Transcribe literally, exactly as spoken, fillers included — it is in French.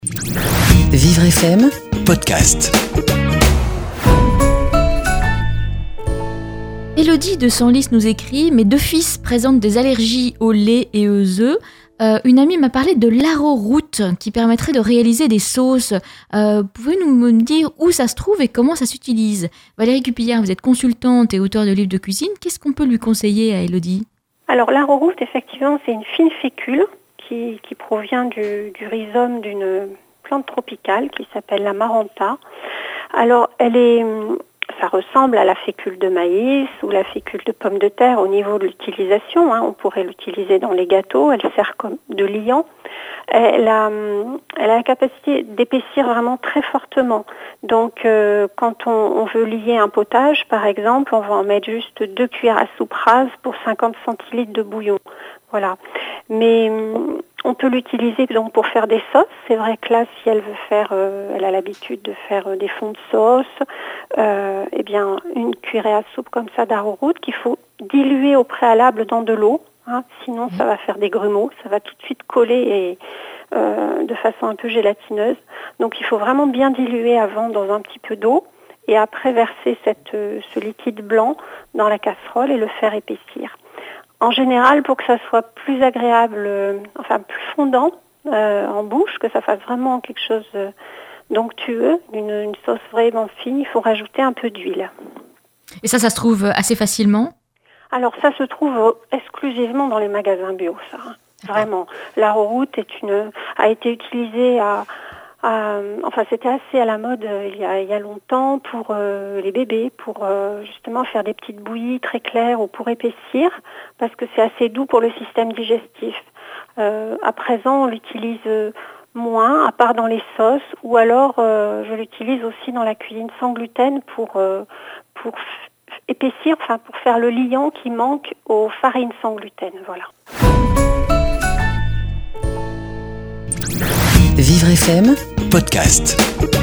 Vivre F M Podcast. Élodie de Senlis nous écrit « Mes deux fils présentent des allergies au lait et aux œufs. Euh, une amie m'a parlé de l'arrowroot qui permettrait de réaliser des sauces. Euh, Pouvez-vous nous dire où ça se trouve et comment ça s'utilise ?» Valérie Cupillard, vous êtes consultante et auteure de livres de cuisine. Qu'est-ce qu'on peut lui conseiller à Élodie ? Alors l'arrowroot, effectivement, c'est une fine fécule qui, qui provient du, du rhizome d'une plante tropicale qui s'appelle la maranta. Alors elle est... Ça ressemble à la fécule de maïs ou la fécule de pomme de terre au niveau de l'utilisation. Hein. On pourrait l'utiliser dans les gâteaux. Elle sert comme de liant. Elle a, elle a la capacité d'épaissir vraiment très fortement. Donc, euh, quand on, on veut lier un potage, par exemple, on va en mettre juste deux cuillères à soupe rase pour cinquante centilitres de bouillon. Voilà. Mais on peut l'utiliser donc pour faire des sauces. C'est vrai que là, si elle veut faire, euh, elle a l'habitude de faire euh, des fonds de sauce, euh, eh bien, une cuillerée à soupe comme ça d'arrowroot qu'il faut diluer au préalable dans de l'eau. Hein, sinon, ça va faire des grumeaux, ça va tout de suite coller et, euh, de façon un peu gélatineuse. Donc, il faut vraiment bien diluer avant dans un petit peu d'eau et après verser cette, euh, ce liquide blanc dans la casserole et le faire épaissir. En général, pour que ça soit plus agréable, euh, enfin plus fondant euh, en bouche, que ça fasse vraiment quelque chose euh, d'onctueux, une, une sauce vraiment fine, il faut rajouter un peu d'huile. Et ça, ça se trouve assez facilement ? Alors ça se trouve exclusivement dans les magasins bio, ça. Hein. Vraiment. L'arrowroot est une, a été utilisée à... Euh, enfin, c'était assez à la mode euh, il, y a, il y a longtemps pour euh, les bébés, pour euh, justement faire des petites bouillies très claires ou pour épaissir, parce que c'est assez doux pour le système digestif. Euh, à présent, on l'utilise moins, à part dans les sauces, ou alors euh, je l'utilise aussi dans la cuisine sans gluten pour, euh, pour f- épaissir, enfin pour faire le liant qui manque aux farines sans gluten. Voilà. Vivre F M Podcast.